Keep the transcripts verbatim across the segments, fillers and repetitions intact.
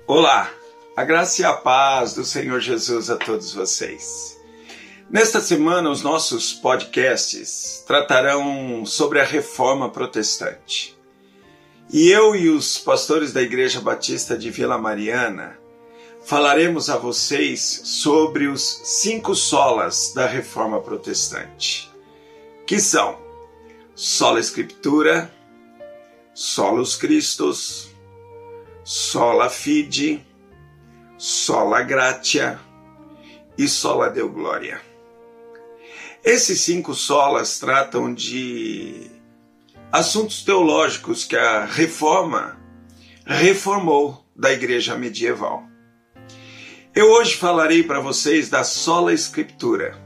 Olá, a graça e a paz do Senhor Jesus a todos vocês. Nesta semana, os nossos podcasts tratarão sobre a Reforma Protestante. E eu e os pastores da Igreja Batista de Vila Mariana falaremos a vocês sobre os cinco solas da Reforma Protestante, que são sola Scriptura, solus Christus, sola fide, sola gratia e sola Deo Gloria. Esses cinco solas tratam de assuntos teológicos que a Reforma reformou da Igreja medieval. Eu hoje falarei para vocês da sola Scriptura,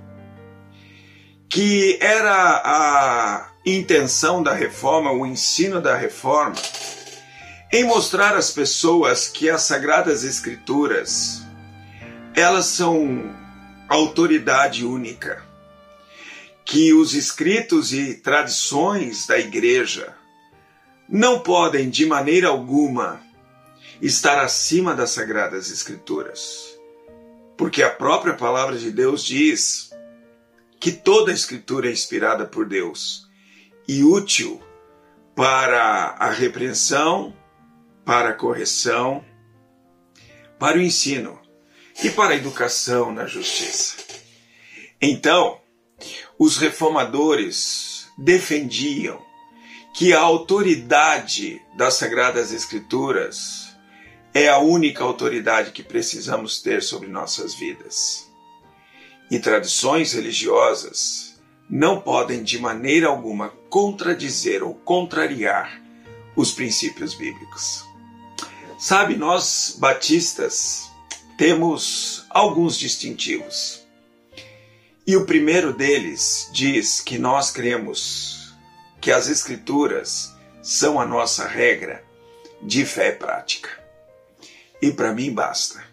que era a intenção da Reforma, o ensino da Reforma, em mostrar às pessoas que as Sagradas Escrituras, elas são autoridade única, que os escritos e tradições da Igreja não podem, de maneira alguma, estar acima das Sagradas Escrituras, porque a própria Palavra de Deus diz que toda a Escritura é inspirada por Deus e útil para a repreensão, para a correção, para o ensino e para a educação na justiça. Então, os reformadores defendiam que a autoridade das Sagradas Escrituras é a única autoridade que precisamos ter sobre nossas vidas. E tradições religiosas não podem de maneira alguma contradizer ou contrariar os princípios bíblicos. Sabe, nós batistas temos alguns distintivos. E o primeiro deles diz que nós cremos que as Escrituras são a nossa regra de fé e prática. E para mim basta.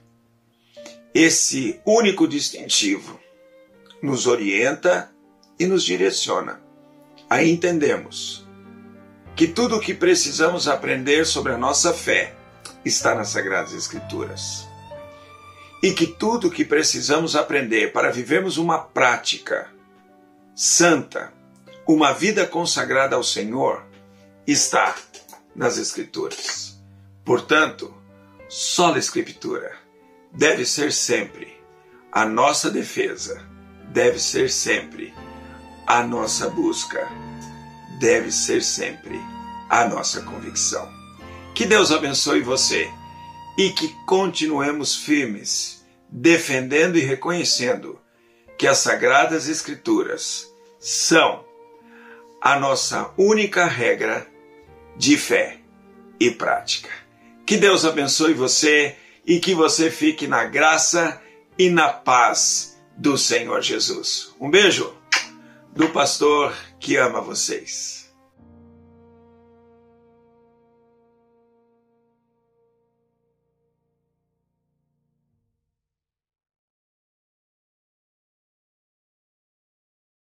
Esse único distintivo nos orienta e nos direciona a entendermos que tudo o que precisamos aprender sobre a nossa fé está nas Sagradas Escrituras. E que tudo o que precisamos aprender para vivermos uma prática santa, uma vida consagrada ao Senhor, está nas Escrituras. Portanto, sola Scriptura deve ser sempre a nossa defesa, deve ser sempre a nossa busca, deve ser sempre a nossa convicção. Que Deus abençoe você e que continuemos firmes, defendendo e reconhecendo que as Sagradas Escrituras são a nossa única regra de fé e prática. Que Deus abençoe você e que você fique na graça e na paz do Senhor Jesus. Um beijo do pastor que ama vocês.